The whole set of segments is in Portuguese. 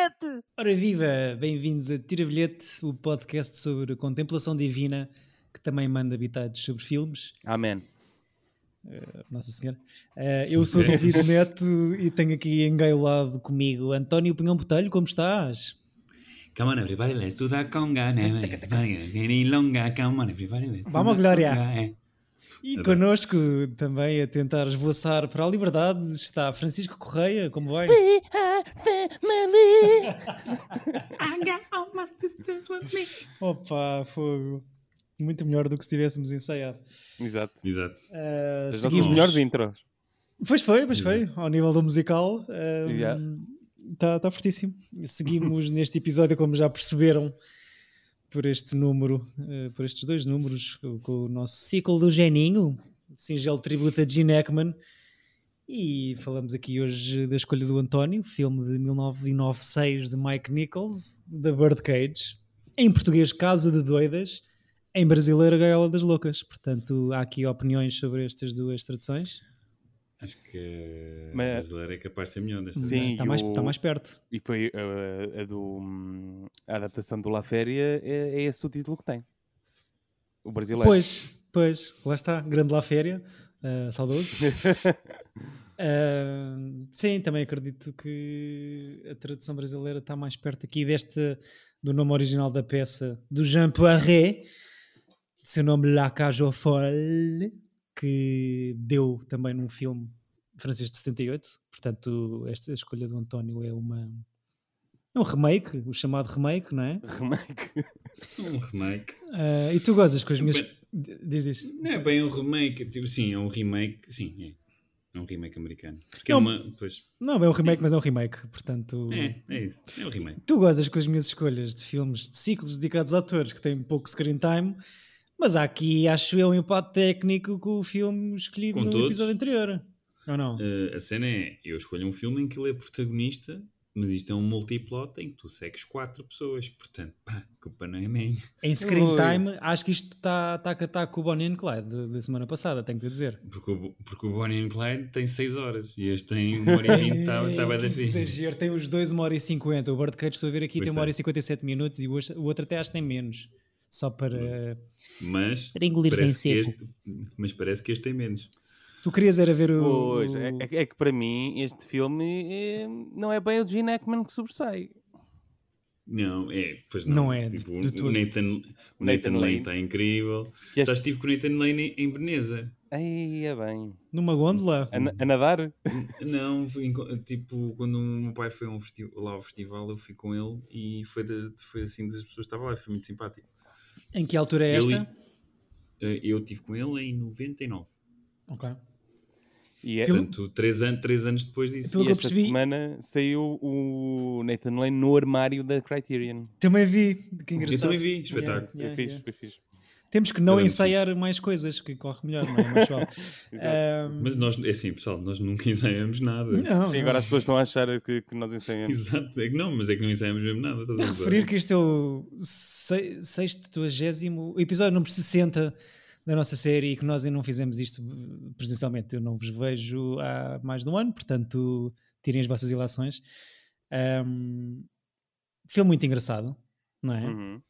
bilhete! Ora viva! Bem-vindos a Tira Bilhete, o podcast sobre a contemplação divina que também manda habitados sobre filmes. Amém. Nossa Senhora. Eu sou o David Neto e tenho aqui engailado comigo António Pinhão Botelho. Como estás? Come on everybody, let's do that conga. Any longa, come on everybody, let's do Vamos, that Glória! conga. E connosco também a tentar esvoaçar para a liberdade está Francisco Correia. Como vai? We are family! I got all my sisters with me. Opa, fogo. Muito melhor do que se tivéssemos ensaiado. Exato. Exato. As nossas Seguimos. melhores intros. Pois foi. Ao nível do musical, Yeah. está fortíssimo. Seguimos neste episódio, como já perceberam, por este número, por estes dois números, com o nosso ciclo do Geninho, singelo tributo a Gene Hackman. E falamos aqui hoje da escolha do António, filme de 1996 de Mike Nichols, The Birdcage. Em português, Casa de Doidas. Em brasileiro, A Gaiola das Loucas. Portanto, há aqui opiniões sobre estas duas traduções. Acho que a Mas- brasileira é capaz de ser melhor desta Sim. vez. Está mais perto. E foi a adaptação do La Féria, é esse o título que tem. O brasileiro. Pois, lá está, grande La Féria, saudoso. Sim, também acredito que a tradução brasileira está mais perto aqui do nome original da peça, do Jean Poiret, de seu nome La Cage aux Folles, que deu também num filme francês de 78. Portanto, esta escolha do António é um remake, o chamado remake, não é? Remake. Um remake. E tu gozas com as minhas... Diz. Não é bem um remake. Tipo, sim, é um remake. Sim, é um remake americano. Porque Não. é uma... Pois, Não, é um remake, mas é um remake, portanto... é isso. É um remake. Tu gozas com as minhas escolhas de filmes de ciclos dedicados a atores que têm pouco screen time, mas há aqui, acho eu, um empate técnico com o filme escolhido Com no todos. episódio anterior. Ou não? A cena é, eu escolho um filme em que ele é protagonista, mas isto é um multiplot em que tu segues 4 pessoas. Portanto, pá, a culpa não é minha. Em screen Ui. time, acho que isto está a tacar com o Bonnie and Clyde da semana passada, tenho que dizer. Porque o Bonnie and Clyde tem 6 horas e este tem 1h20, está bem Que da exagero, tem os dois 1h50. O Birdcage, estou a ver aqui, Pois tem tem. 1h57 minutos e o outro até acho que tem menos. Só para... Mas Para engolir sem parece, que seco. parece que este tem menos. Tu querias era ver o... Pois, é que para mim este filme não é bem o Gene Hackman que sobressai. Não, pois Não não. é, Tipo, de todo. o Nathan Lane Lane está incrível. E este- Já estive com o Nathan Lane em Veneza. Ai, é bem. Numa gôndola? A nadar? Não, tipo, quando o meu pai foi lá ao festival, eu fui com ele e foi assim das pessoas que estavam lá, foi muito simpático. Em que altura é esta? Eu estive com ele em 99. Ok. E é, Filme- Portanto, 3 anos depois disso. Pelo e que eu esta percebi- semana saiu o Nathan Lane no armário da Criterion. Também vi, que engraçado. Eu também vi, espetáculo. Yeah, Foi yeah. fixe. Temos que não Grande ensaiar mais coisas, que corre melhor, não é? Mais suave. Mas nós, é assim, pessoal, nós nunca ensaiamos nada. Não, E agora as pessoas estão a achar que nós ensaiamos. Exato, é que não, mas é que não ensaiamos mesmo nada. Estás a a gozar? referir que este é o 60º, episódio número 60 da nossa série e que nós ainda não fizemos isto presencialmente. Eu não vos vejo há mais de um ano, portanto, tirem as vossas ilações. Filme muito engraçado, não é? Uhum.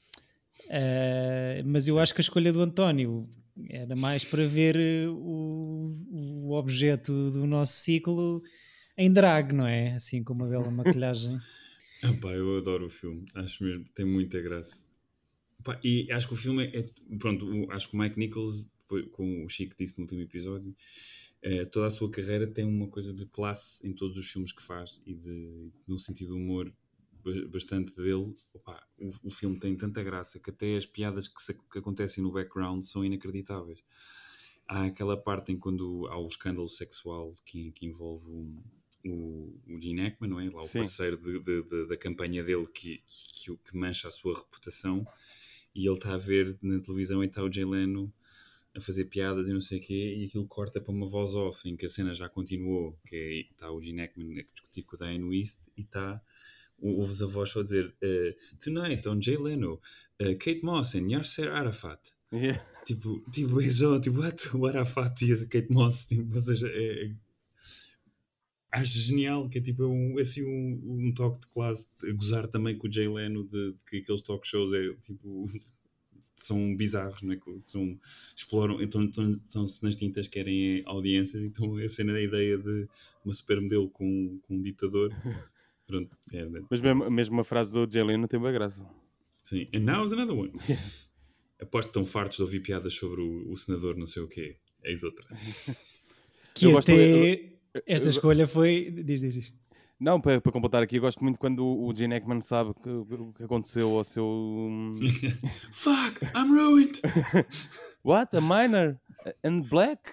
Mas eu acho que a escolha do António era mais para ver o objeto do nosso ciclo em drag, não é? Assim, com uma bela maquilhagem. Pá, eu adoro o filme, acho mesmo, tem muita graça. Pá, e acho que o filme pronto, acho que o Mike Nichols, depois, como o Chico disse no último episódio, toda a sua carreira tem uma coisa de classe em todos os filmes que faz e num sentido de humor bastante dele. Opa, o filme tem tanta graça que até as piadas que acontecem no background são inacreditáveis. Há aquela parte em quando há o escândalo sexual que envolve o Gene Hackman, não é? Lá o Sim. parceiro da campanha dele que mancha a sua reputação, e ele está a ver na televisão e está o Jay Leno a fazer piadas e não sei o quê, e aquilo corta para uma voz off em que a cena já continuou, que está o Gene Hackman a discutir com o Diane West e ouves a voz só a dizer Tonight on Jay Leno, Kate Moss and Yasser Arafat. Yeah. Tipo, é só, tipo, what? O Arafat e a Kate Moss, tipo, ou seja, acho genial, que é tipo um toque de classe, a gozar também com o Jay Leno, de que aqueles talk shows é tipo são bizarros, não é? Exploram, estão-se nas tintas, querem audiências, então a cena da ideia de uma supermodelo com um ditador, pronto, Mas mesmo a frase do Jay Leno tem boa graça. sim. And now's another one. Aposto que estão fartos de ouvir piadas sobre o senador não sei o quê. Eis outra. Que Eu até gosto- esta eu- escolha foi... Diz. Não, para completar aqui, eu gosto muito quando o Gene Hackman sabe o que aconteceu ao seu... Fuck, I'm ruined! What? A minor? And black?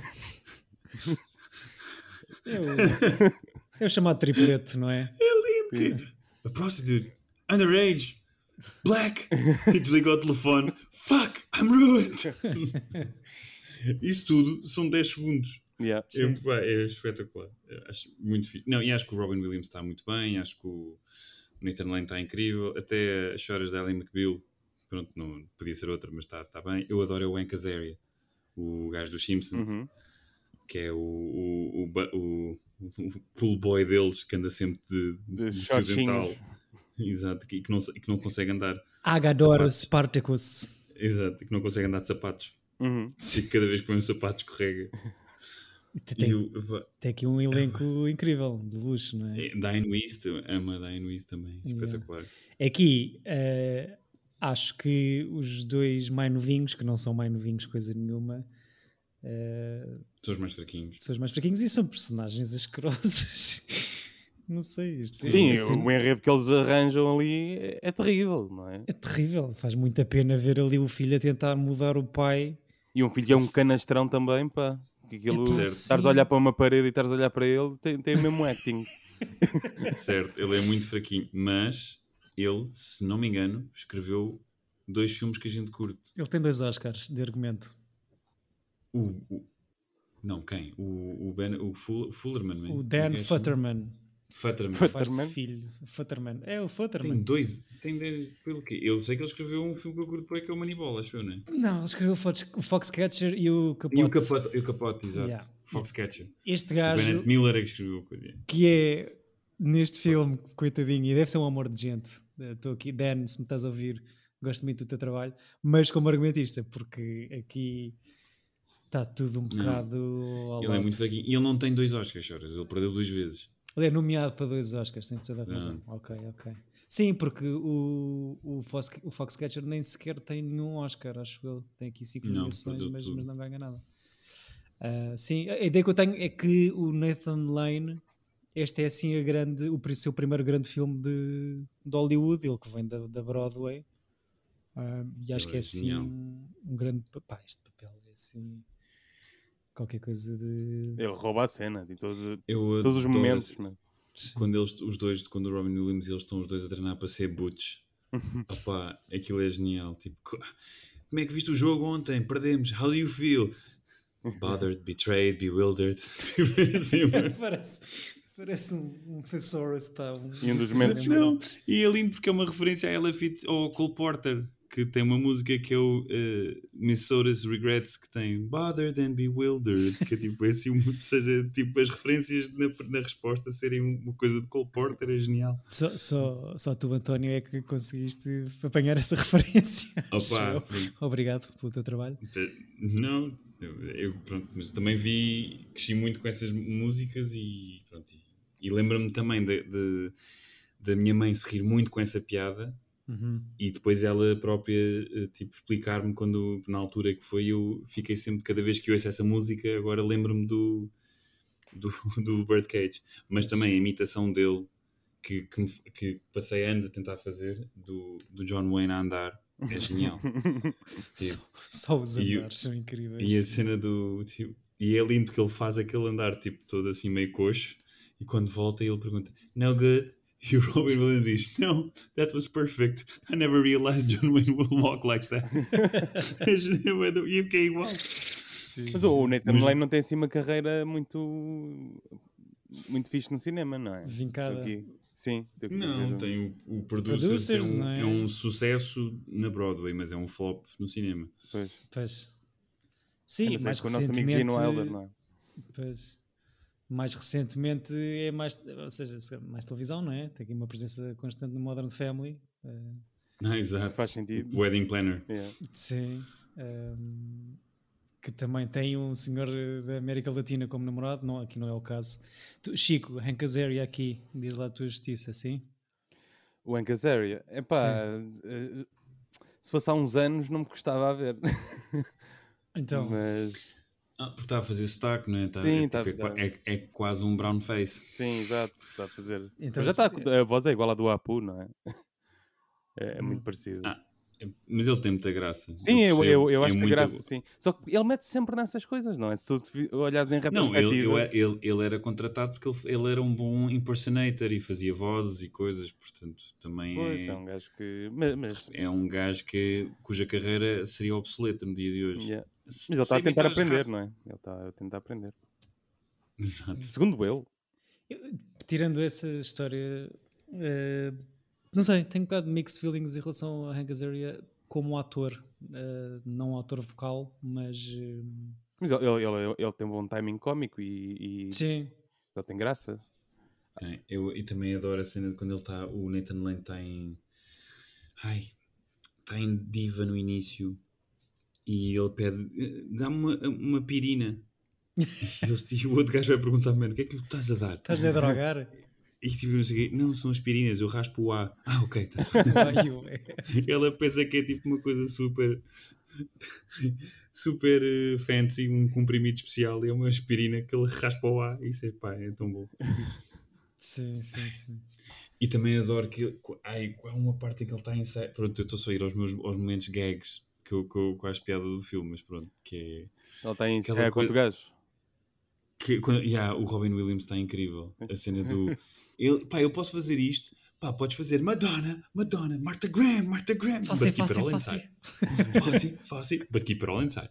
É o chamado triplete, não é? É lindo! A prostitute, underage, black! E desligou o telefone. Fuck, I'm ruined! Isso tudo são 10 segundos. Yeah. É espetacular. Acho muito fixe. Não, e acho que o Robin Williams está muito bem. Acho que o Nathan Lane está incrível. Até as choras da Ally McBeal. Pronto, não podia ser outra, mas está bem. Eu adoro o Hank Azaria, o gajo dos Simpsons, que é o pool boy deles, que anda sempre de fio dental. Exato, que não consegue andar. Agador Spartacus. Exato, que não consegue andar de sapatos. E cada vez que põe um sapato escorrega. Tem aqui um elenco incrível, de luxo, não é? Diane Wiest, ama a Diane Wiest também, espetacular. Aqui, acho que os dois mais novinhos, que não são mais novinhos coisa nenhuma, São os mais fraquinhos. são os mais fraquinhos e são personagens asquerosas. Não sei. Sim, o enredo que eles arranjam ali é terrível, não é? É terrível. Faz muita pena ver ali o filho a tentar mudar o pai. E um filho que é um canastrão também, pá. Que aquilo, Certo. estares a olhar para uma parede e estares a olhar para ele, tem o mesmo acting. Certo, ele é muito fraquinho, mas ele, se não me engano, escreveu 2 filmes que a gente curte. Ele tem 2 Oscars de argumento. Não, quem? O Fullerman, né? O Dan Quem é que Futterman. Futterman. Faz de filho. Futterman. É o Futterman. Tem 2. Tem 10. Pelo quê? Eu sei que ele escreveu um filme que eu curto por aí, que é o Moneyball, acho eu, não é? Não, ele escreveu o Foxcatcher e o Capote. E o Capote, exato. Yeah. Foxcatcher. Este O gajo, Bennett Miller é que escreveu a coisa. que é neste filme, coitadinho, e deve ser um amor de gente. Estou aqui, Dan, se me estás a ouvir, gosto muito do teu trabalho, mas como argumentista, porque aqui está tudo um bocado ao Ele lado. é muito fraquinho. E ele não tem 2 Oscars, choras. Ele perdeu 2 vezes. Ele é nomeado para 2 Oscars, tens toda a razão. Ok. Sim, porque o Foxcatcher nem sequer tem nenhum Oscar, acho que ele tem aqui 5 nomeações, mas não ganha nada. Sim, a ideia que eu tenho é que o Nathan Lane, este é assim o seu primeiro grande filme de Hollywood, ele que vem da Broadway, e acho que é assim um grande este papel é assim qualquer coisa de... Ele rouba a cena de todos Eu os momentos. Quando quando o Robin Williams, eles estão os dois a treinar para ser butch. Opa, aquilo é genial. Tipo, como é que viste o jogo ontem? Perdemos. How do you feel? Bothered, betrayed, bewildered. Parece um thesaurus. E um dos momentos... Não, e é lindo porque é uma referência a Ella Fit ao Cole Porter, que tem uma música que é o Minnesota's Regrets, que tem Bothered and Bewildered, que é tipo assim, seja tipo as referências na resposta serem uma coisa de Cole Porter, é genial. Só tu, António, é que conseguiste apanhar essa referência. Opa, obrigado pelo teu trabalho. Não, pronto, mas também cresci muito com essas músicas e pronto, e lembro-me também da minha mãe se rir muito com essa piada. E depois ela própria tipo, explicar-me quando na altura que foi, eu fiquei sempre, cada vez que eu ouço essa música, agora lembro-me do Birdcage, mas também a imitação dele que passei anos a tentar fazer do John Wayne a andar é genial. Tipo, só os andares são incríveis. E a cena tipo, e é lindo porque ele faz aquele andar tipo todo assim meio coxo, e quando volta ele pergunta no good. E o Robin Williams diz, no, that was perfect. I never realized John Wayne would walk like that. E o que é igual. Mas o Nathan Lane não tem assim uma carreira muito fixe no cinema, não é? Vincada. Sim. Não, tem o Producers é um sucesso na Broadway, mas é um flop no cinema. Pois. Sim, mas com o nosso amigo Gene Wilder, não é? Pois. Mais recentemente é mais, ou seja, mais televisão, não é? Tem aqui uma presença constante no Modern Family. Exato. Faz sentido. O Wedding Planner. Yeah. Sim. Que também tem um senhor da América Latina como namorado. Não, aqui não é o caso. Chico, Hank Azaria aqui, diz lá a tua justiça, sim? O Hank Azaria. Epá, se fosse há uns anos não me custava a ver. Então, Mas... Porque está a fazer sotaque, não é? Sim, é quase um brown face. Sim, exato. Está a fazer. Então, Mas já está, a voz é igual à do Apu, não é? É muito parecido. Mas ele tem muita graça. Sim, eu acho que muita... graça, sim. Só que ele mete sempre nessas coisas, não é? Se tu olhares em retrospectiva... Não, ele era contratado porque ele era um bom impersonator e fazia vozes e coisas, portanto, também pois, é um gajo que... Mas... É um gajo cuja carreira seria obsoleta no dia de hoje. Yeah. Mas ele está a tentar aprender, não é? Ele está a tentar aprender. Exato. Segundo ele. Tirando essa história, não sei, tenho um bocado de mixed feelings em relação a Hank Azaria como ator, não ator vocal, mas... Mas ele tem um bom timing cómico e Sim. Ele tem graça. Eu também adoro a cena de quando o Nathan Lane está em diva no início e ele pede, dá-me uma pirina. E o outro gajo vai perguntar, mano, o que é que tu estás a dar? Estás-lhe a drogar? E tipo, não sei o quê, não, são aspirinas, eu raspo o A. Ok, tá. Ela pensa que é tipo uma coisa super fancy, um comprimido especial, e é uma aspirina que ele raspa o A. Isso é tão bom. Sim. E também adoro que há uma parte em que ele está em série. Pronto, eu estou só a ir aos momentos gags que eu acho piada do filme, mas pronto, que é... Ele está em série quanto gajo? O Robin Williams está incrível. A cena do... eu posso fazer isto. Podes fazer Madonna, Martha Graham. Fácil. But keep it all inside.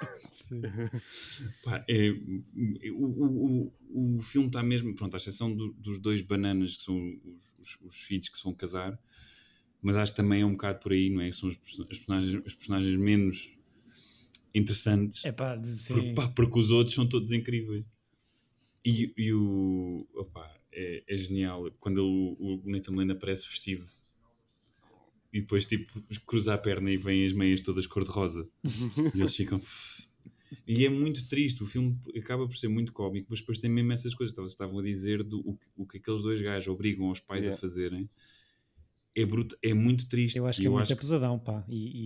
O filme está mesmo... Pronto, à exceção dos dois bananas, que são os filhos que se vão casar, mas acho que também é um bocado por aí, não é? São as personagens menos interessantes. Porque os outros são todos incríveis. É genial quando o Nathan Lane aparece vestido e depois tipo cruza a perna e vem as meias todas cor-de-rosa e eles ficam e é muito triste, o filme acaba por ser muito cómico, mas depois tem mesmo essas coisas que vocês estavam a dizer o que aqueles dois gajos obrigam os pais a fazerem. É muito triste. Eu acho que é muito pesadão, pá.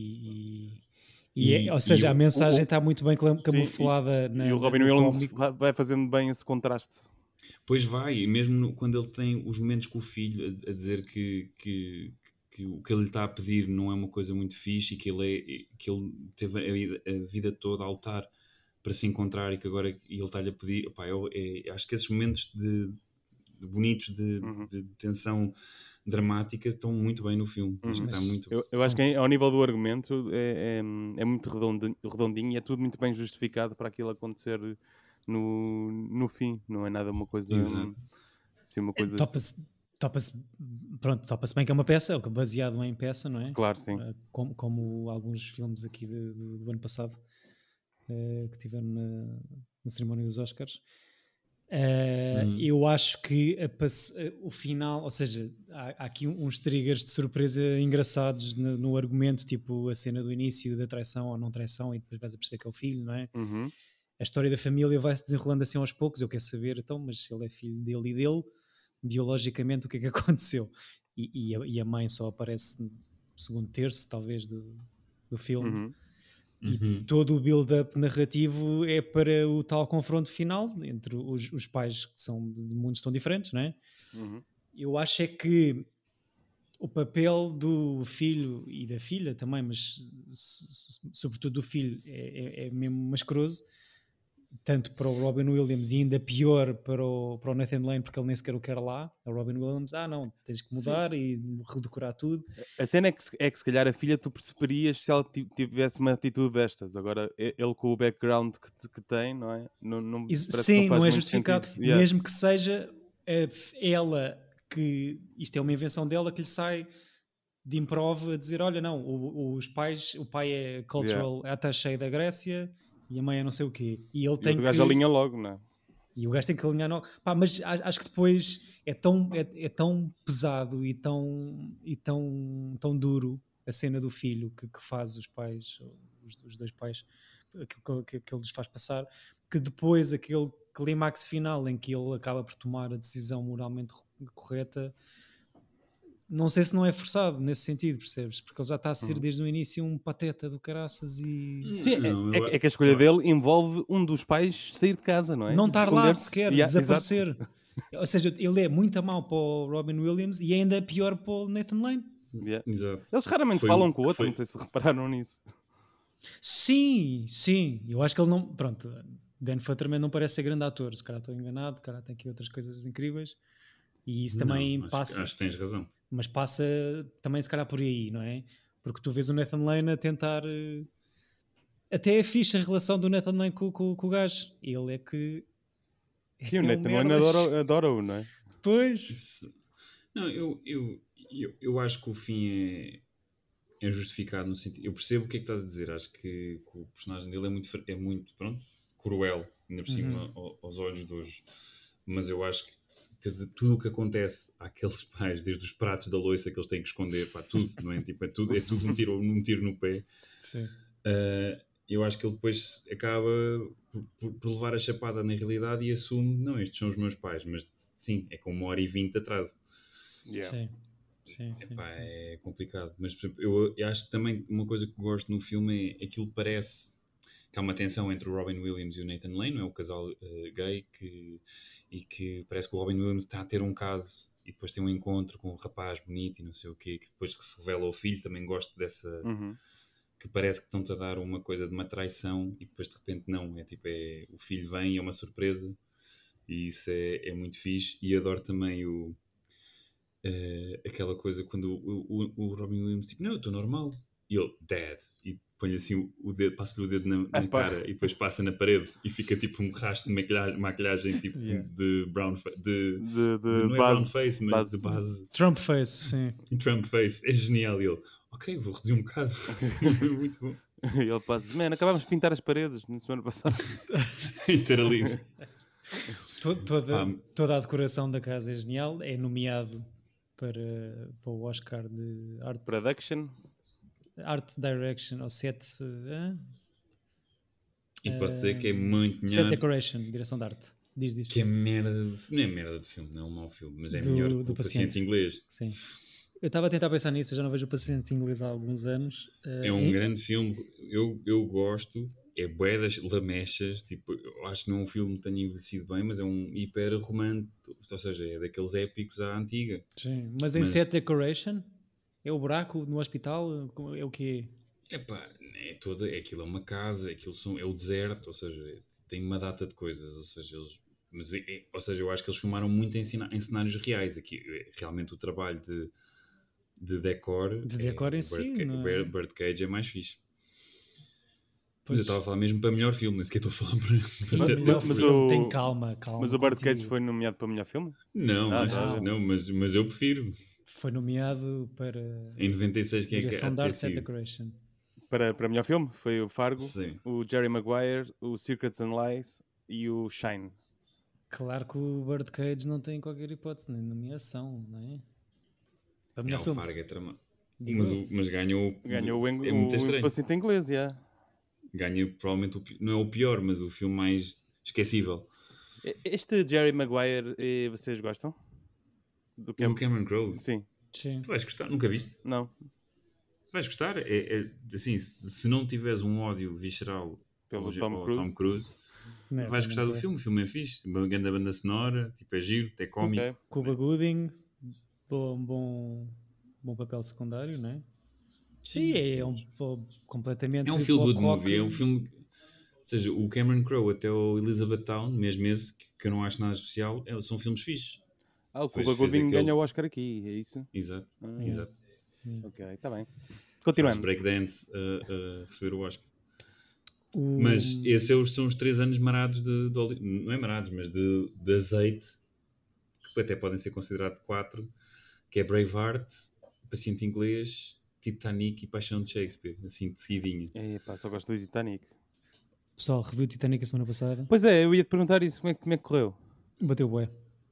Ou seja, a mensagem está muito bem camuflada. E o Robin Williams vai fazendo bem esse contraste. Pois vai, e mesmo quando ele tem os momentos com o filho a dizer que o que ele lhe está a pedir não é uma coisa muito fixe e que ele teve a vida toda a lutar para se encontrar e que agora ele está-lhe a pedir. Acho que esses momentos bonitos de tensão dramática estão muito bem no filme. Acho que está muito... eu acho que ao nível do argumento é muito redondinho e é tudo muito bem justificado para aquilo acontecer no fim. Não é nada uma coisa... Assim, uma coisa... Topa-se bem que é uma peça, baseado em peça, não é? Claro, sim. Como alguns filmes aqui do ano passado que tiveram na cerimónia dos Oscars. Eu acho que o final, ou seja, há aqui uns triggers de surpresa engraçados no argumento, tipo a cena do início da traição ou não traição, e depois vais a perceber que é o filho, não é? A história da família vai-se desenrolando assim aos poucos. Eu quero saber, então, mas se ele é filho dele e dele, biologicamente o que é que aconteceu? E a mãe só aparece no segundo terço, talvez, do filme. E todo o build-up narrativo é para o tal confronto final entre os pais que são de mundos tão diferentes, não é? Eu acho é que o papel do filho e da filha também, mas sobretudo do filho, é mesmo mascaroso, tanto para o Robin Williams e ainda pior para o Nathan Lane, porque ele nem sequer o quer lá. O Robin Williams, não, tens que mudar e redecorar tudo. A cena é que se calhar a filha tu perceberias se ela tivesse uma atitude destas. Agora, ele com o background que tem, não é? Sim, não é justificado. Mesmo que seja ela, que isto é uma invenção dela, que lhe sai de improv a dizer, olha, não, os pais, o pai é cultural attaché da Grécia e a mãe é não sei o quê. E ele tem o gajo alinha logo, não é? E o gajo tem que alinhar. Pá, mas acho que depois é tão pesado e tão duro a cena do filho que faz os pais, os dois pais, aquilo que ele lhes faz passar, que depois aquele clímax final em que ele acaba por tomar a decisão moralmente correta, não sei se não é forçado nesse sentido, percebes? Porque ele já está a ser desde o início um pateta do caraças e... Sim, Não, é que a escolha dele envolve um dos pais sair de casa, não é? Não estar lá Esconder-se. sequer, Yeah, desaparecer. exato. Ou seja, ele é muito a mal para o Robin Williams e ainda pior para o Nathan Lane. Yeah. Exato. Eles raramente Foi falam um- com o outro, foi- não sei se repararam nisso. Sim. Eu acho que ele não... Pronto, Dan Futterman não parece ser grande ator. Se calhar estou enganado, cara tem aqui outras coisas incríveis. E isso também Não, passa... Acho que tens razão. Mas passa também se calhar por aí, não é? Porque tu vês o Nathan Lane a tentar... Até é fixe a relação do Nathan Lane com o gajo. Ele é que... Sim, o é um Nathan Lane merdas. adora-o, não é? Pois... Não, eu acho que o fim é justificado no sentido. Eu percebo o que é que estás a dizer. Acho que o personagem dele é muito pronto, cruel, ainda por cima, aos olhos de hoje. Mas eu acho que de tudo o que acontece àqueles pais, desde os pratos da louça que eles têm que esconder, pá, tudo, não é? Tipo, é tudo um tiro no pé. Sim. Eu acho que ele depois acaba por levar a chapada na realidade e assume, não, estes são os meus pais, mas sim, é com 1h20 de atraso. Yeah. Sim. Epá, é complicado, mas por exemplo, eu acho que também uma coisa que gosto no filme é aquilo parece que há uma tensão entre o Robin Williams e o Nathan Lane, não é? O casal gay, e que parece que o Robin Williams está a ter um caso e depois tem um encontro com um rapaz bonito e não sei o quê, que depois que se revela ao filho. Também gosto dessa... que parece que estão-te a dar uma coisa de uma traição e depois de repente não, é tipo, o filho vem e é uma surpresa, e isso é muito fixe. E adoro também aquela coisa quando o Robin Williams tipo, não, eu estou normal, e ele, Dad, e põe-lhe assim o dedo, passa-lhe o dedo na cara e depois passa na parede e fica tipo um rastro de maquilhagem tipo de brown de não é brown face, mas de base Trump face, sim. Trump face, é genial. E ele, ok, vou reduzir um bocado. Muito bom. E ele passa, man, acabámos de pintar as paredes na semana passada. Isso era lindo. Toda a decoração da casa é genial. É nomeado para o Oscar de Art Direction ou Set e posso dizer que é muito melhor. Set Decoration, direção de arte. Diz. Que é merda, não é merda de filme, não é um mau filme, mas é melhor que o Paciente Inglês. Sim. Eu estava a tentar pensar nisso, eu já não vejo o Paciente Inglês há alguns anos. É um grande filme, eu gosto, é bué das lamechas, tipo, eu acho que não é um filme que tenha envelhecido bem, mas é um hiper romântico, ou seja, é daqueles épicos à antiga. Sim, mas em Set Decoration é o buraco no hospital, é o quê? Epá, aquilo é uma casa, é o deserto, ou seja, tem uma data de coisas, ou seja, eu acho que eles filmaram muito em cenários reais. Aqui, realmente o trabalho de decor em si, o Birdcage é mais fixe. Mas eu estava a falar mesmo para melhor filme, nem sequer estou a falar para ser melhor filme. Tem calma. Mas o Birdcage foi nomeado para melhor filme? Não, mas eu prefiro. Foi nomeado para em 96 quem direção é de Art Decoration. Para melhor filme foi o Fargo, Sim. o Jerry Maguire, o Secrets and Lies e o Shine. Claro que o Birdcage não tem qualquer hipótese, nem nomeação, não é? Para melhor filme. O Fargo é tramado. Mas ganhou o Paciente Inglês, yeah. Ganha provavelmente, não é o pior, mas o filme mais esquecível. Este Jerry Maguire, vocês gostam? Do Cameron Crowe? Sim. Tu vais gostar? Nunca viste? Não. Vais gostar? Assim, se não tiveres um ódio visceral pelo Tom Cruise, vais gostar do filme. O filme é fixe, uma grande banda sonora, tipo, é giro, é cómico. Okay. Cuba Gooding, bom papel secundário, não é? Sim, é completamente... É um feel-good movie, é um filme... Ou seja, o Cameron Crowe até o Elizabethtown, mesmo esse, que eu não acho nada especial, são filmes fixes. O Cuba Gooding ganha o Oscar aqui, é isso? Exato, exato. Ok, está bem. Continuando. Breakdance a receber o Oscar. Mas esses são os 3 anos marados não é marados, mas de azeite, que até podem ser considerados 4, que é Braveheart, Paciente Inglês, Titanic e Paixão de Shakespeare, assim de seguidinho. Só gosto do Titanic. Pessoal, reviu Titanic a semana passada. Pois é, eu ia te perguntar isso, como é que correu? Bateu bué.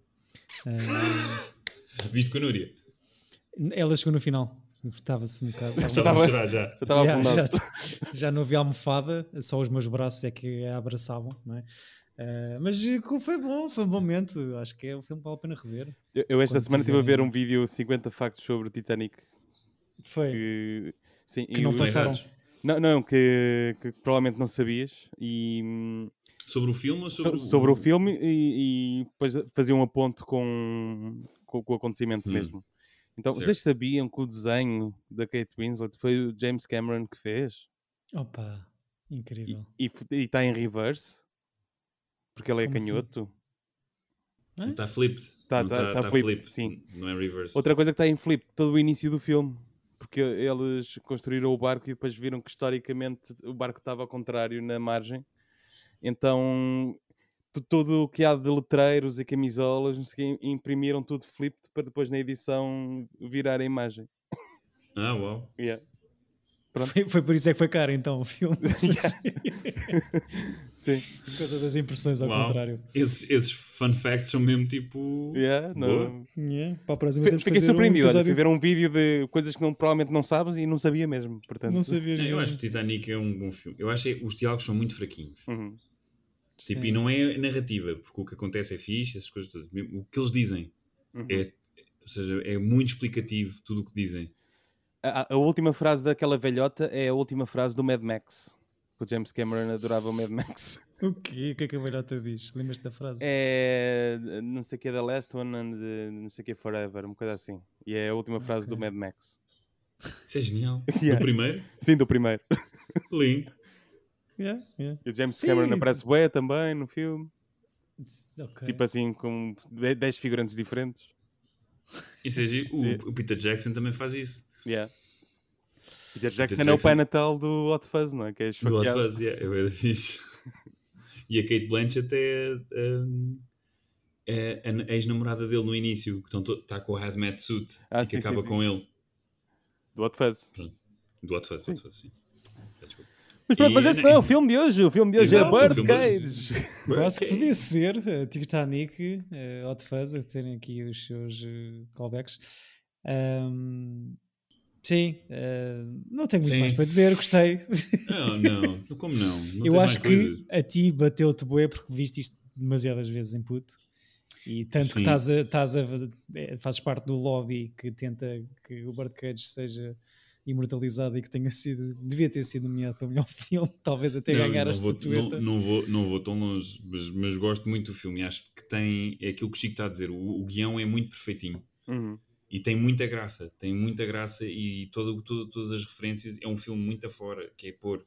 Visto com a Núria. Ela chegou no final. Estava-se um bocado. Já estava a chorar, já. Já estava afundado. Já não havia almofada, só os meus braços é que a abraçavam, não é? Mas foi um bom momento. Acho que é um filme que vale a pena rever. Eu esta Quando semana estive a ver tiverem- um vídeo 50 factos sobre o Titanic. Foi. Sim, Que não os- passaram. Não, que provavelmente não sabias. E Sobre o filme ou sobre o filme e depois fazia um ponte com o acontecimento mesmo. Então, Certo. vocês sabiam que o desenho da Kate Winslet foi o James Cameron que fez? Opa, incrível. E está em reverse? Porque ele é Como assim? canhoto? Está flipped. Tá flipped, flipped, sim. Não é reverse. Outra coisa que está em flip, todo o início do filme. Porque eles construíram o barco e depois viram que historicamente o barco estava ao contrário na margem. Então, tudo o que há de letreiros e camisolas, não sei o quê, imprimiram tudo flipped para depois na edição virar a imagem. Ah, uau. Yeah. Pronto. Foi por isso é que foi caro, então, o filme. Sim. Por causa das impressões ao Uau. contrário. Esses fun facts são mesmo tipo... Yeah, Boa. não... Yeah, para a próxima temos que Fiquei fazer surpreendido. Olha, episódio- fui ver um vídeo de coisas que provavelmente não sabes e não sabia mesmo. Portanto, Não sabias Eu mesmo. acho que Titanic é um bom filme. Eu acho que os diálogos são muito fraquinhos. Uhum. Tipo, Sim. e não é narrativa, porque o que acontece é fixe, essas coisas todas. Mesmo o que eles dizem Uhum. ou seja, é muito explicativo tudo o que dizem. A última frase daquela velhota é a última frase do Mad Max. O James Cameron adorava o Mad Max. O quê? O que é que a velhota diz? Lembras-te da frase? É não sei o que é The Last One and não sei o que é Forever, uma coisa assim. E é a última frase do Mad Max. Isso é genial. Yeah. Do primeiro? Sim, do primeiro. Lindo. Yeah. E o James Sim. Cameron aparece bué também no filme. Ok. Tipo assim, com 10 figurantes diferentes. Ou seja, o Peter Jackson também faz isso. Yeah. Peter Jackson é o Jackson. Pai Natal do Hot Fuzz, não é? Que é Do Hot esfaqueado. Fuzz, yeah, é fixe. E a Kate Blanchett é a ex-namorada dele no início, que está com o hazmat suit e que Sim, acaba sim. com ele. Do Hot Fuzz. Do Hot Fuzz, sim. Desculpa. Mas pronto, mas esse não é o filme de hoje. O filme de hoje Exato, é o filme de Birdcage. Quase que podia ser Titanic, Hot Fuzz, a terem aqui os seus callbacks. Sim, não tenho muito Sim. mais para dizer, gostei. Não, como não? Não Eu tens acho mais que coisas? a ti bateu-te bué porque viste isto demasiadas vezes em puto. E tanto Sim. que fazes parte do lobby que tenta que o Birdcage seja imortalizado e que devia ter sido nomeado para o melhor filme, talvez até ganhar a estatueta. Não vou tão longe, mas gosto muito do filme e acho que é aquilo que o Chico está a dizer, o guião é muito perfeitinho. Uhum. E tem muita graça e todas as referências. É um filme muito afora, que é pôr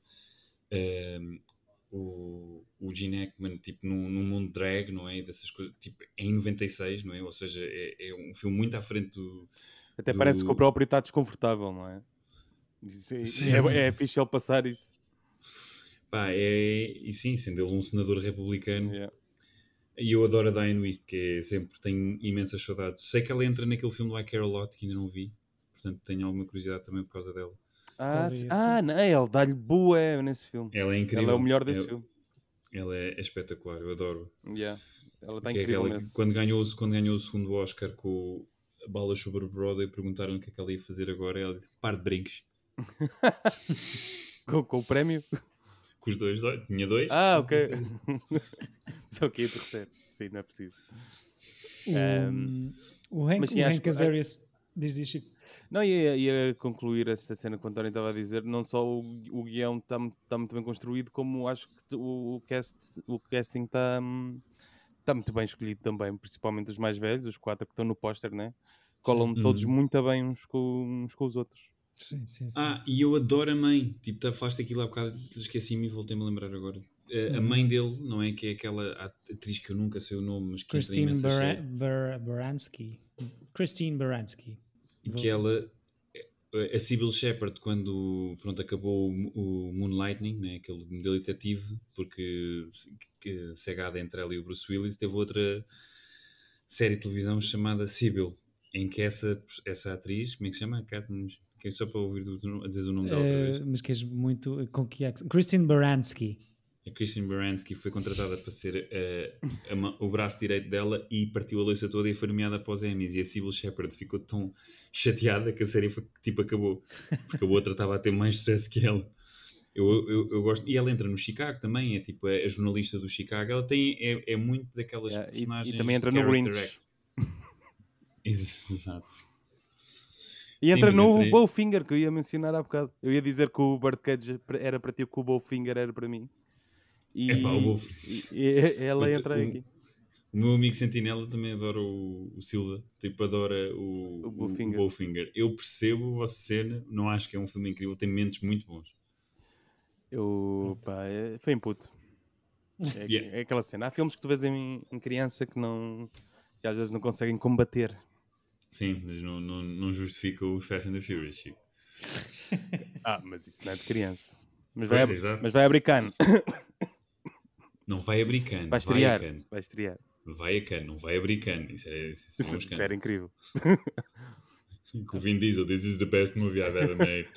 o Gene Hackman tipo, num mundo drag, não é? Dessas coisas, tipo, em 96, não é? Ou seja, é um filme muito à frente do... Até parece que o próprio está desconfortável, não é? É fixe ele passar isso. Pá, e sim, sendo ele um senador republicano. Yeah. E eu adoro a Diane Wiest, que sempre tenho imensas saudades. Sei que ela entra naquele filme do I Care A Lot, que ainda não vi. Portanto, tenho alguma curiosidade também por causa dela. Não, ele dá-lhe bué nesse filme. Ela é incrível. Ela é o melhor desse filme. Ela é espetacular, eu adoro. Yeah. Ela está Que é incrível aquela nesse. que quando ganhou o segundo Oscar com Balas sobre o Broadway, perguntaram-lhe o que é que ela ia fazer agora. Ela disse, par de brincos. com o prémio? Com os dois, olha, tinha dois. Ok. Só que ia derreter. Sim, não é preciso. O Hank mas sim, acho que- Azarias diz Chico. Não, ia concluir esta cena que o António estava a dizer. Não só o guião está muito bem construído, como acho que o casting está muito bem escolhido também, principalmente os mais velhos, os 4 que estão no póster, né? Colam todos muito bem uns com os outros. Sim. E eu adoro a mãe. Tipo, falaste aquilo há bocado, esqueci-me e voltei-me a lembrar agora. A mãe dele, não é? Que é aquela atriz que eu nunca sei o nome, mas que Christine entra imensa Baranski. Christine Baranski. E que ela, a Sybil Shepherd, quando acabou o Moonlightning, né, aquele modelo detetive, porque cegada entre ela e o Bruce Willis, teve outra série de televisão chamada Sybil, em que essa atriz, como é que se chama? Só para ouvir a dizer o nome dela outra vez. Mas que és muito... Com que Christine Baranski. A Christine Baranski foi contratada para ser o braço direito dela e partiu a louça toda e foi nomeada para os Emmys. E a Sybil Shepherd ficou tão chateada que a série tipo acabou, porque a outra estava a ter mais sucesso que ela. Eu gosto. E ela entra no Chicago também, é tipo a jornalista do Chicago. Ela é muito daquelas personagens. E também entra no Grinch. Exato. E entra no Bowfinger, que eu ia mencionar há bocado. Eu ia dizer que o Birdcage era para ti, que o Bowfinger era para mim. E ela entra aqui. O meu amigo Sentinela também adora o Silva, tipo, adora o Bowfinger. Eu percebo a vossa cena, não acho que é um filme incrível, tem momentos muito bons. Foi input. É aquela cena. Há filmes que tu vês em criança que às vezes não conseguem combater. Sim, mas não justifica os Fast and the Furious, Chico. Mas isso não é de criança. Mas vai abrir cano. Não vai abrir cano. Vai estrear. Vai a cano, não vai abrir cano. Isso era incrível. Com o Vin Diesel, this is the best movie I've ever made.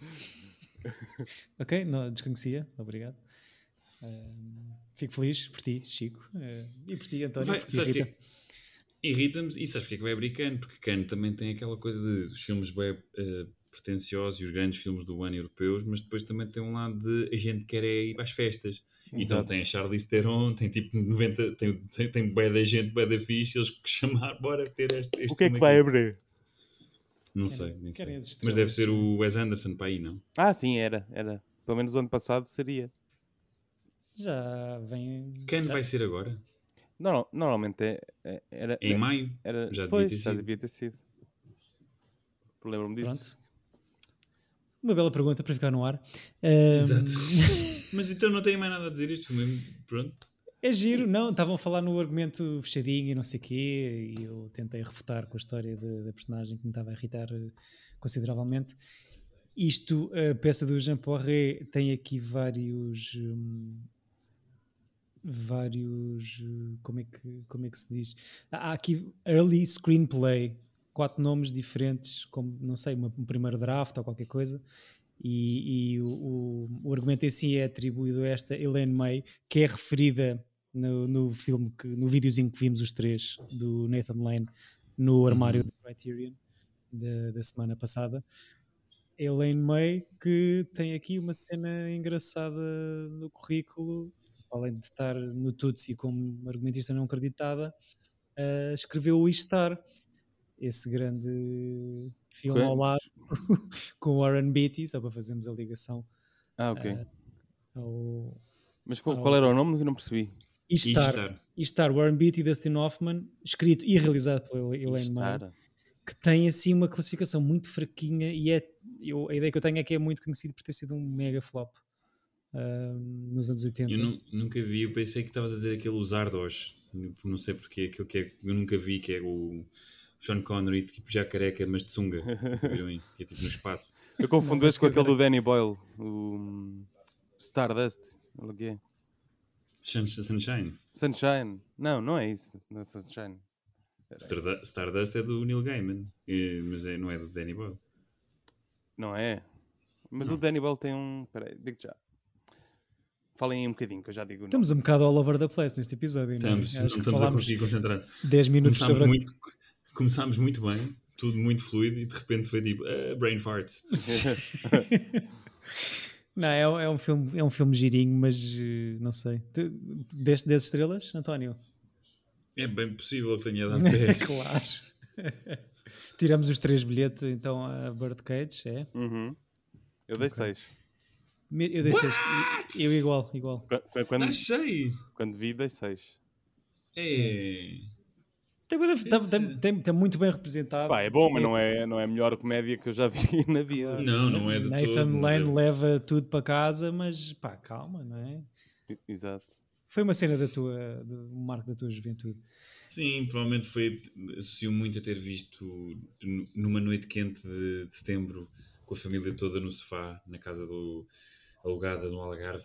Ok, não, desconhecia, obrigado. Fico feliz por ti, Chico, e por ti, António. Irrita-me, e sabes porque é que vai abrir cano? Porque cano também tem aquela coisa dos filmes bem pretenciosos e os grandes filmes do ano europeus, mas depois também tem um lado de a gente quer ir às festas. Exato. Então tem a Charlize Theron, tem tipo 90, tem bué da gente, bué da fixe, eles que chamar, bora ter este o que é que vai abrir? Não sei, nem sei. Mas deve ser o Wes Anderson para aí, não? Sim, era. Pelo menos o ano passado seria. Já vem... Quando vai ser agora? Não, normalmente era... Em maio? Já devia ter sido. Lembro-me disso. Pronto. Uma bela pergunta para ficar no ar. Exato. Mas então não tenho mais nada a dizer isto mesmo. Pronto. É giro, não, estavam a falar no argumento fechadinho e não sei o quê, e eu tentei refutar com a história da personagem que me estava a irritar consideravelmente. Isto, a peça do Jean Poiret tem aqui vários como é que se diz? Há aqui early screenplay, 4 nomes diferentes, como, não sei, um primeiro draft ou qualquer coisa. E o argumento em si é atribuído a esta Elaine May, que é referida no filme, no videozinho que vimos os três do Nathan Lane no armário do Criterion da semana passada. Elaine May, que tem aqui uma cena engraçada no currículo, além de estar no Tutsi como argumentista não acreditada, escreveu o Star, esse grande filme ao lado com Warren Beatty, só para fazermos a ligação. Ok. Mas qual era o nome que eu não percebi? Star, Warren Beatty e Dustin Hoffman, escrito e realizado pela Elaine May, que tem assim uma classificação muito fraquinha e a ideia que eu tenho é que é muito conhecido por ter sido um mega flop nos anos 80. Eu nunca vi, eu pensei que estavas a dizer aquele Zardoz, não sei porque, aquilo que eu nunca vi, que é o Sean Connery, tipo já careca, mas de sunga. Viram isso? Que é tipo no espaço. Eu confundo esse com aquele do Danny Boyle, o Stardust. O que é? Sunshine. Não é isso. Não é Sunshine. Stardust é do Neil Gaiman, mas não é do Danny Boyle. Não é? Mas o Danny Boyle tem um... Peraí, digo já. Falem aí um bocadinho, que eu já digo. Estamos um bocado all over the place neste episódio. Não estamos a conseguir concentrar. 10 minutos Começámos muito bem, tudo muito fluido, e de repente foi tipo, brain fart. Não, é um filme girinho, mas não sei. Tu deste 10 estrelas, António? É bem possível que tenha dado 10. Claro. Tiramos os 3 bilhetes, então, a Birdcage, é? Eu dei 6. Eu dei 6. Eu igual. Quando vi, dei 6. Tem muito bem representado. É bom, mas não é a melhor comédia que eu já vi na vida. Não é de Nathan Lane leva tudo para casa, mas calma, não é? Exato. Foi uma cena um marco da tua juventude. Sim, provavelmente associo muito a ter visto numa noite quente de setembro, com a família toda no sofá, na casa alugada no Algarve.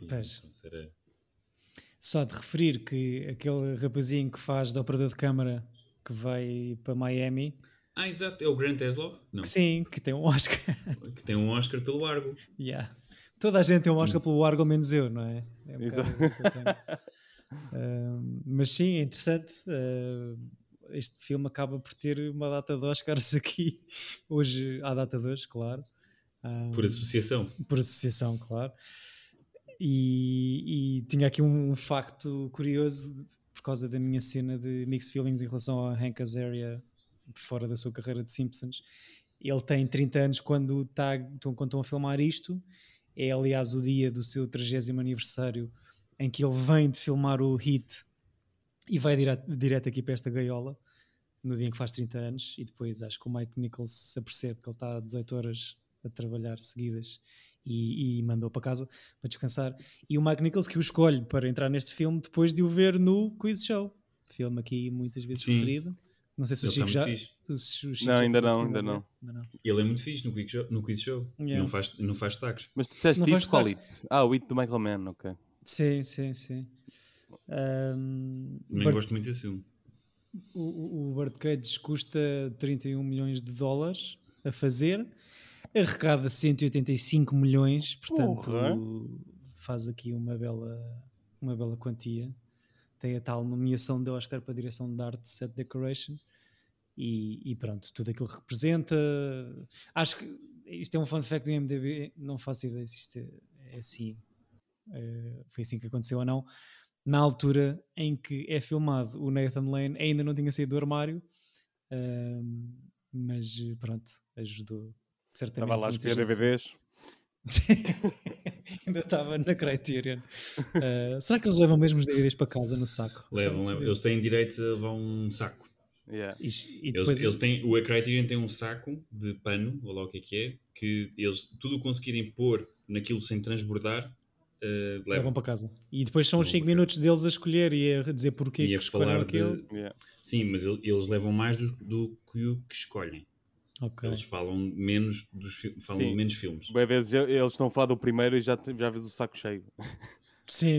Só de referir que aquele rapazinho que faz de operador de câmara que vai para Miami... exato, é o Grant Heslov? Não. Sim, que tem um Oscar. Que tem um Oscar pelo Argo. Yeah. Toda a gente tem um Oscar pelo Argo, menos eu, não é? É um Exato. bocado o que eu tenho. Mas sim, é interessante. Este filme acaba por ter uma data de Oscars aqui. Hoje, à data de hoje, claro. Por associação. Por associação, claro. E tinha aqui um facto curioso por causa da minha cena de mixed feelings em relação a Hank Azaria fora da sua carreira de Simpsons. Ele tem 30 anos quando estão a filmar isto. É aliás o dia do seu 30º aniversário em que ele vem de filmar o Hit e vai direto aqui para esta gaiola no dia em que faz 30 anos, e depois acho que o Mike Nichols se apercebe que ele está 18 horas a trabalhar seguidas e mandou para casa para descansar, e o Mike Nichols que o escolhe para entrar neste filme depois de o ver no Quiz Show, filme aqui muitas vezes Sim. referido. Não sei se o Ele Chico está já... muito fixe. se o Chico Não, já ainda teve não, oportunidade ainda de ver. Ainda não. Ele é muito fixe no Quiz Show. Yeah. Não faz destaques. Mas tu disseste Não faz isso, qual destaque. It? O It do Michael Mann, ok. Sim. Nem gosto muito desse filme. O Birdcage custa 31 milhões de dólares a fazer, arrecada 185 milhões, portanto Porra. faz aqui uma bela quantia. Tem a tal nomeação de Oscar para a direção de arte, Set Decoration, e pronto, tudo aquilo que representa. Acho que isto é um fun fact do IMDb, não faço ideia se isto é assim, foi assim que aconteceu ou não. Na altura em que é filmado, o Nathan Lane ainda não tinha saído do armário, mas pronto, ajudou certamente. Estava lá a muita escolher gente. DVDs. Ainda estava na Criterion. Será que eles levam mesmo os DVDs para casa no saco? Levam. Gostava de saber. Eles têm direito a levar um saco. Yeah. E depois Eles têm, o Criterion tem um saco de pano, ou lá o que é, que eles tudo o conseguirem pôr naquilo sem transbordar, levam levam. para casa. E depois são os Levam 5 para casa. minutos deles a escolher e a dizer porquê E que a escolheram falar aquele. de... Yeah. Sim, mas eles levam mais do que o que escolhem. Ok. Eles falam menos Sim. menos filmes. Bem, às vezes eles estão a falar do primeiro e já vês o saco cheio. Sim.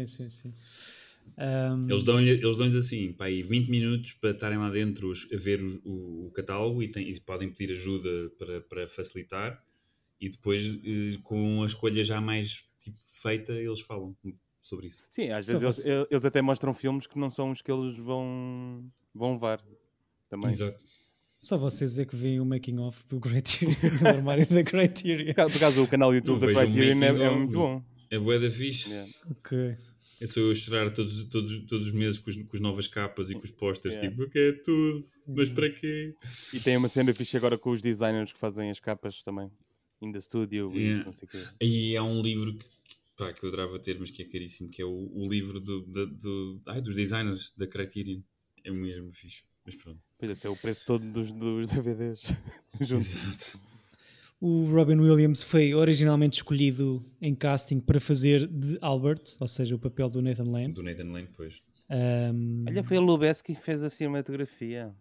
Eles dão-lhes assim, pá, aí 20 minutos para estarem lá dentro a ver o catálogo e podem pedir ajuda para facilitar, e depois com a escolha já mais tipo, feita, eles falam sobre isso. Sim, às Só vezes eles até mostram filmes que não são os que eles vão levar. Também. Exato. Só vocês é que veem o making of do Criterion, do armário da Criterion. Por acaso o canal YouTube Não da vejam Criterion making é of, muito bom. É bué da fixe. Yeah. Ok. É só eu chorar todos os meses com as novas capas e com os posters, Yeah. tipo, eu quero tudo, mas para quê? E tem uma cena fixe agora com os designers que fazem as capas também. In the studio Yeah. e não sei o quê. Aí há um livro que eu adorava ter, mas que é caríssimo, que é o livro dos designers da Criterion. É mesmo fixe, mas pronto. Pois esse é o preço todo dos DVDs. juntos. Exato. O Robin Williams foi originalmente escolhido em casting para fazer de Albert, ou seja, o papel do Nathan Lane. Do Nathan Lane, pois. Olha, foi a Lubeski que fez a cinematografia.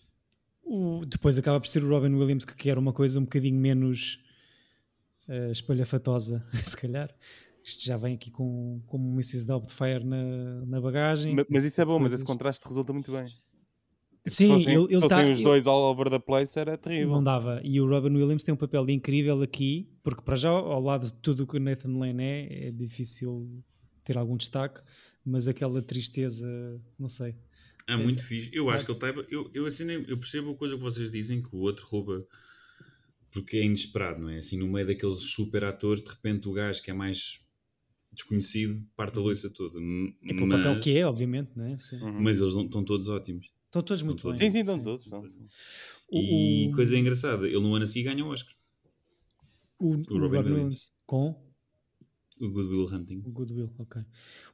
Depois acaba por ser o Robin Williams que quer uma coisa um bocadinho menos espalhafatosa, se calhar. Isto já vem aqui com Mrs. Doubtfire na bagagem. Mas isso é bom, mas Coisas. esse contraste resulta muito bem. Sim, Se fossem os dois all over the place era terrível. Não dava. E o Robin Williams tem um papel incrível aqui, porque para já, ao lado de tudo o que o Nathan Lane é difícil ter algum destaque, mas aquela tristeza, não sei. É muito fixe. Eu acho que ele está... Eu percebo a coisa que vocês dizem, que o outro rouba porque é inesperado, não é? Assim, no meio daqueles super atores, de repente o gajo que é mais desconhecido parte a louça toda. Aquele papel que é, obviamente, não é? Sim. Mas eles estão todos ótimos. Estão todos muito todos. bem. Sim, estão todos. E coisa engraçada, ele no ano a seguir ganha o Oscar. O Robin Williams. Com? O Good Will Hunting. O Good Will, ok.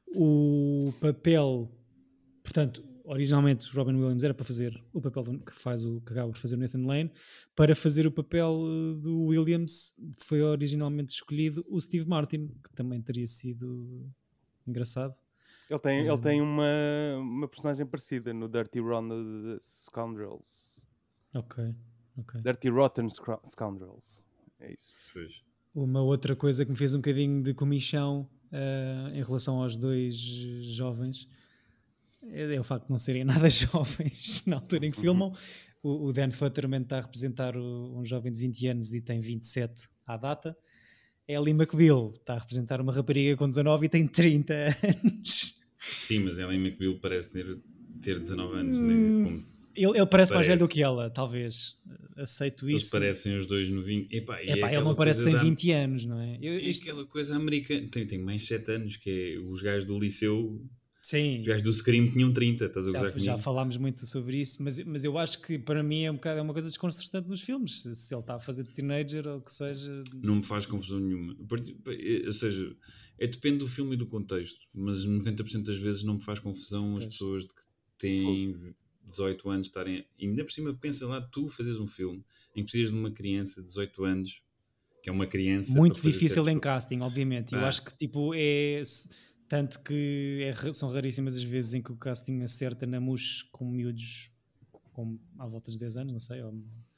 O papel, portanto, originalmente o Robin Williams era para fazer o papel que acaba por fazer o Nathan Lane. Para fazer o papel do Williams foi originalmente escolhido o Steve Martin, que também teria sido engraçado. Ele tem uma personagem parecida no Dirty Rotten Scoundrels. Ok. Dirty Rotten Scoundrels. É isso. Pois. Uma outra coisa que me fez um bocadinho de comichão em relação aos dois jovens é o facto de não serem nada jovens na altura em que filmam. O Dan Futterman está a representar um jovem de 20 anos e tem 27 à data. Ellie McBeal está a representar uma rapariga com 19 e tem 30 anos. Sim, mas ela em McBeal parece ter 19 anos, né? Como Ele parece mais velho do parece. que ela, talvez. Aceito Eles isso. parecem os dois novinhos. Epá, e é Epá, ele aquela não parece que coisa tem da- 20 anos, não é? É aquela coisa americana. Tem mais 7 anos, que é os gajos do liceu. Sim, Os gajos do Scream tinham 30, estás a já, gozar comigo? já falámos muito sobre isso, mas eu acho que para mim é uma coisa desconcertante nos filmes. Se ele está a fazer de teenager ou o que seja. Não me faz confusão nenhuma. Ou seja, depende do filme e do contexto, mas 90% das vezes não me faz confusão as Pois. pessoas que têm 18 anos estarem. E ainda por cima, pensa lá, tu fazes um filme em que precisas de uma criança de 18 anos, que é uma criança. Muito para fazer difícil certos em casting, obviamente. Eu Ah. acho que tipo tanto que são raríssimas as vezes em que o casting acerta na mousse com miúdos com à volta de 10 anos, não sei.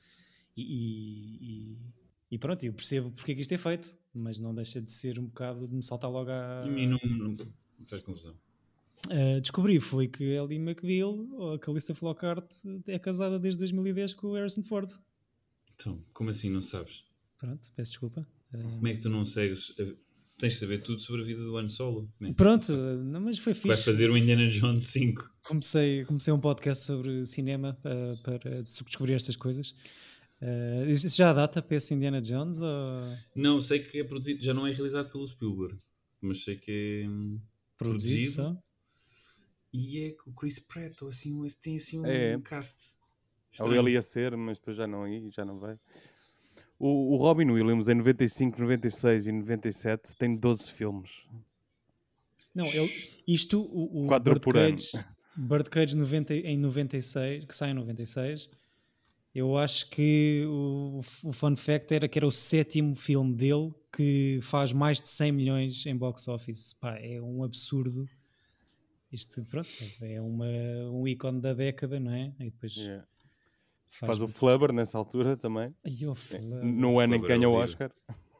E pronto, eu percebo porque é que isto é feito, mas não deixa de ser um bocado de me saltar logo A mim não me faz confusão. Descobri foi que Ellie McBeal, ou a Calista Flockhart, é casada desde 2010 com o Harrison Ford. Então, como assim não sabes? Pronto, peço desculpa. Como é que tu não segues? Tens de saber tudo sobre a vida do Han Solo. Né? Pronto, não, mas foi Vai fixe. fazer o Indiana Jones 5. Comecei um podcast sobre cinema para descobrir estas coisas. Isso já há data para esse Indiana Jones? Ou... Não, sei que é produzido, já não é realizado pelo Spielberg, mas sei que é produzido. Só? E é com o Chris Pratt, ou assim, tem assim um É. cast. Ou estranho. ele ia ser, mas depois já não vai. O Robin Williams em 95, 96 e 97 tem 12 filmes. Não, o Quatro por ano. Birdcage em 96, que sai em 96, eu acho que o fun fact era que era o 7º filme dele que faz mais de 100 milhões em box office. Pá, é um absurdo. Isto, pronto, é um ícone da década, não é? E depois Yeah. faz Faz o muito- Flubber nessa altura também. Ai, o Flubber. No ano em que Flubber é ganha o horrível. Oscar.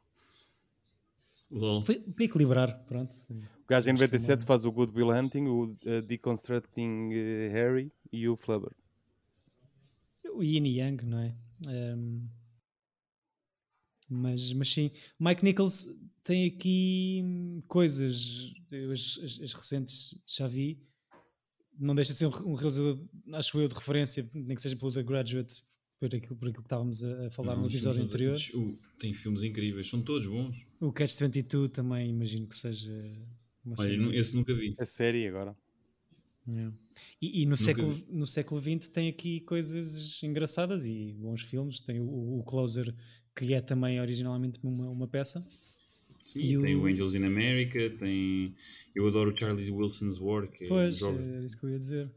Lol. Foi para equilibrar, pronto. O gajo em Acho que 97 não- faz o Good Will Hunting, o Deconstructing Harry e o Flubber. O Yin e Yang, não é? Mas sim, Mike Nichols tem aqui coisas, eu as recentes já vi, não deixa de ser um realizador, acho eu, de referência, nem que seja pelo The Graduate, por aquilo que estávamos a falar Não, no os episódio filmes anterior. tem filmes incríveis, são todos bons. O Catch-22 também imagino que seja uma Olha, cena. esse nunca vi. A série agora. Yeah. E no Nunca século XX tem aqui coisas engraçadas e bons filmes. Tem o Closer, que é também originalmente uma peça. Sim, E tem o- o Angels in America, eu adoro o Charlie Wilson's War, que é Pois, jovem. era isso que eu ia dizer.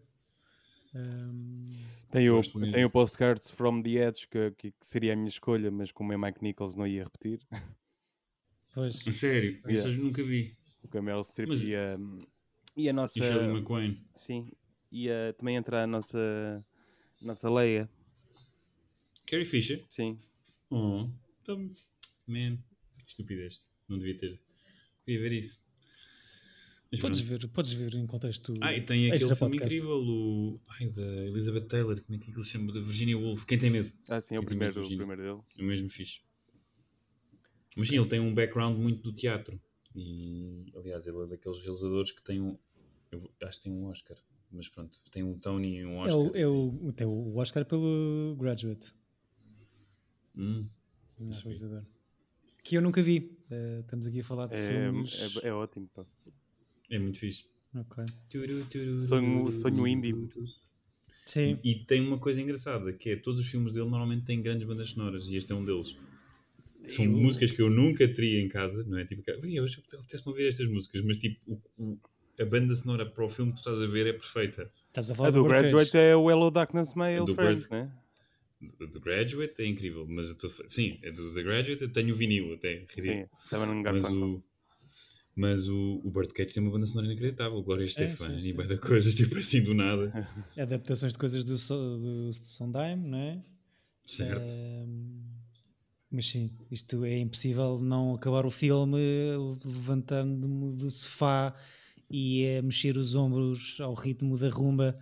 Tem Gosto mesmo. o Postcards from the Edge, que seria a minha escolha, mas como é Mike Nichols não ia repetir. Pois. A sério, Yeah. essas nunca vi. O Camel Strip Mas- e a nossa... E Shirley MacLaine. Sim. E também entra a nossa Leia. Carrie Fisher. Sim. Oh, então, man, que estupidez. Não devia ter. Queria ver isso. Mas Podes ver em contexto. e tem aquele extra filme podcast. incrível, da Elizabeth Taylor, como é que ele se chama? Da Virginia Woolf. Quem tem medo? Sim, é o Quem tem medo, primeiro Virginia? dele. É o mesmo fixe. Mas sim, ele tem um background muito do teatro. E, aliás, ele é daqueles realizadores que tem acho que tem um Oscar. Mas pronto, tem um Tony e um Oscar. Tem o Oscar pelo Graduate. Hum, Melhor Sim. realizador. Que eu nunca vi. Estamos aqui a falar de filmes. É ótimo. Pá. é muito fixe. Ok. Sonho indie. Sim. E tem uma coisa engraçada, que é todos os filmes dele normalmente têm grandes bandas sonoras, e este é um deles. São músicas que eu nunca teria em casa, não é? Tipo, hoje apetece-me ouvir estas músicas, mas tipo, a banda sonora para o filme que tu estás a ver é perfeita. Estás a falar A do Birdcage. Graduate é o Hello Darkness My Old do Friend, Bird- né? Do Graduate é incrível, mas sim, é do The Graduate, eu tenho o vinil até, ridículo. Sim, Simon Mas Garfunkel. Mas o Birdcage tem uma banda sonora inacreditável, Gloria sim, Estefan sim, e bué sim. de coisas, tipo assim, do nada. Adaptações de coisas do Sondheim, não é? Certo. Mas sim, isto é impossível não acabar o filme levantando-me do sofá e a mexer os ombros ao ritmo da rumba.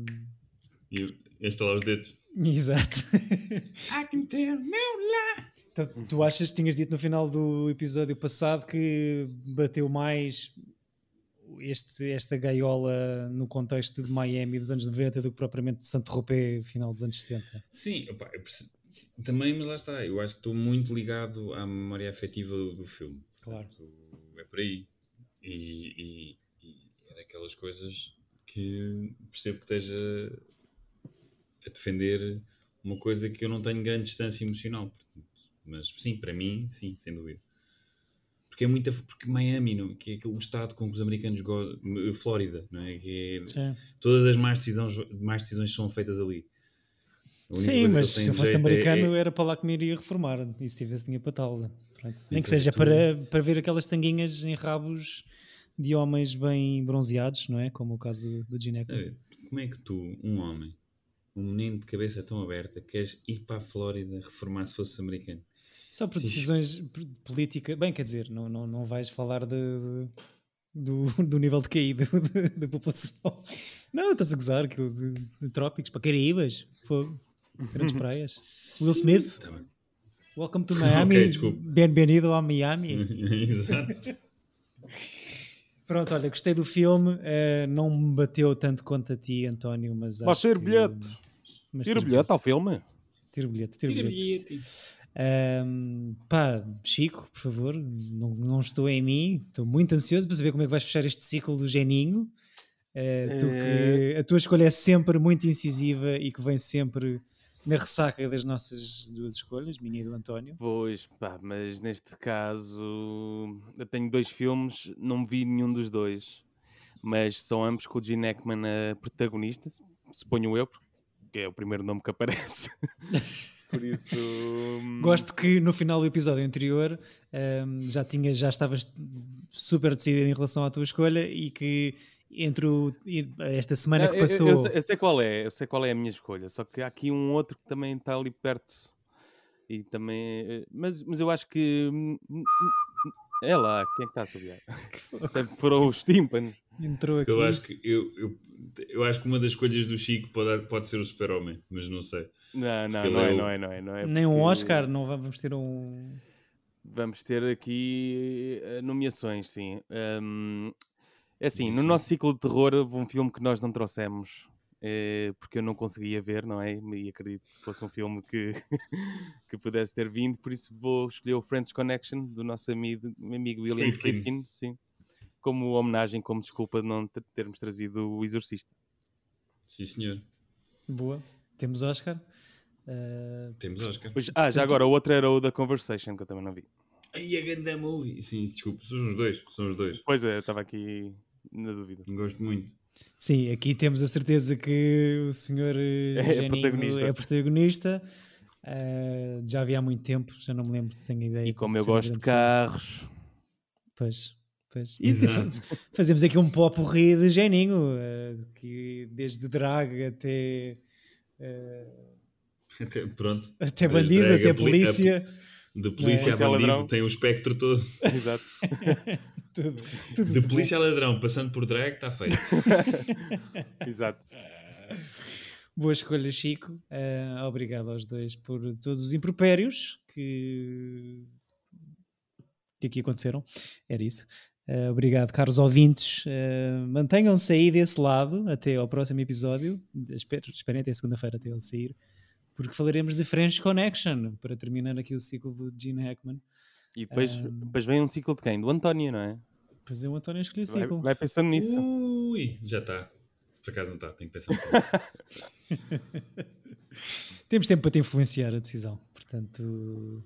E estalar os dedos. Exato. I can tell no lie. Então, tu achas que tinhas dito no final do episódio passado que bateu mais esta gaiola no contexto de Miami dos anos 90 do que propriamente de Saint-Tropez final dos anos 70? Sim, opa, também, mas lá está. Eu acho que estou muito ligado à memória afetiva do filme. Claro. Portanto, é por aí. E é daquelas coisas que percebo que esteja a defender uma coisa que eu não tenho grande distância emocional. Portanto, mas sim, para mim, sim, sem dúvida. Porque é muito. Porque Miami, não, que é aquele estado com que os americanos gostam. Flórida, não é? Que é todas as más decisões são feitas ali. Sim, mas se eu fosse americano era para lá que me iria reformar. E se tivesse dinheiro para tal. Nem que seja para ver aquelas tanguinhas em rabos de homens bem bronzeados, não é? Como o caso do Gene Hackman. Como é que tu, um homem, um menino de cabeça tão aberta, queres ir para a Flórida reformar se fosse americano? Só por decisões políticas. Bem, quer dizer, não vais falar do nível de caída da população. Não, estás a gozar aquilo de trópicos para Caraíbas. Grandes praias. Will Smith. Tá bem. Welcome to Miami. Ok, desculpa. Bem-vindo a Miami. Exato. Pronto, olha, gostei do filme. Não me bateu tanto quanto a ti, António, mas Mas acho ter que... bilhete. Tira bilhete ao filme. Tira bilhete. Tira-me. Pá, Chico, por favor, não estou em mim, estou muito ansioso para saber como é que vais fechar este ciclo do Geninho. A tua escolha é sempre muito incisiva e que vem sempre na ressaca das nossas duas escolhas, minha e do António. Pois, pá, mas neste caso eu tenho 2 filmes, não vi nenhum dos 2, mas são ambos com o Gene Hackman a protagonista, suponho eu, porque é o primeiro nome que aparece. Por isso... Gosto que no final do episódio anterior já estavas super decidido em relação à tua escolha e que esta semana que passou... Eu sei qual é a minha escolha, só que há aqui um outro que também está ali perto e também... Mas eu acho que... É lá, quem é que está a subir? Até furou os tímpanos. Entrou aqui. Eu acho que uma das escolhas do Chico pode ser o Super-Homem, mas não sei. Não é. Nem um Oscar, não vamos ter um... Vamos ter aqui nomeações, sim. É assim, no nosso ciclo de terror houve um filme que nós não trouxemos porque eu não conseguia ver, não é? E acredito que fosse um filme que, que pudesse ter vindo, por isso vou escolher o French Connection do nosso amigo William Friedkin, sim, como homenagem, como desculpa de não termos trazido o Exorcista. Sim, senhor. Boa. Temos Oscar. Temos Oscar. Pois, já agora, o outro era o The Conversation, que eu também não vi. Ai, a grande movie. Sim, desculpa, são os dois. Pois é, estava aqui na dúvida. Gosto muito. Sim, aqui temos a certeza que o senhor Geninho é protagonista. Já havia há muito tempo, já não me lembro, tenho ideia. E como eu gosto de carros... Pois. E fazemos aqui um pó-porri de Geninho, que desde drag até bandido, drag, até polícia. De polícia a bandido, ladrão. Tem o espectro todo. Exato. tudo de polícia a ladrão, passando por drag, está feito. Exato. Boa escolha, Chico. Obrigado aos dois por todos os impropérios que aqui aconteceram. Era isso. Obrigado, caros ouvintes. Mantenham-se aí desse lado até ao próximo episódio. Esperem até segunda-feira até ele sair, porque falaremos de French Connection para terminar aqui o ciclo do Gene Hackman. E depois vem um ciclo de quem? Do António, não é? Pois é, o António escolheu o ciclo. Vai pensando nisso. Ui, já está. Por acaso não está, tenho que pensar um pouco. Temos tempo para te influenciar a decisão. Portanto,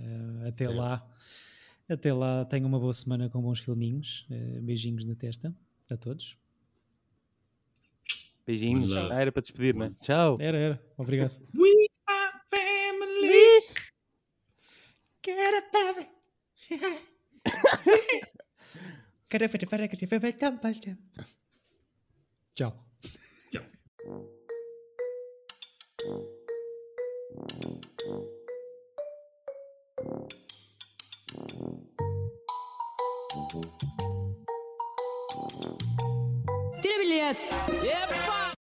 até lá, tenham uma boa semana com bons filminhos. Beijinhos na testa a todos. Beijinhos. Era para despedir, não é? Tchau. Era. Obrigado. We are family. Get up, baby. Tchau. Tira bilhete. Epa!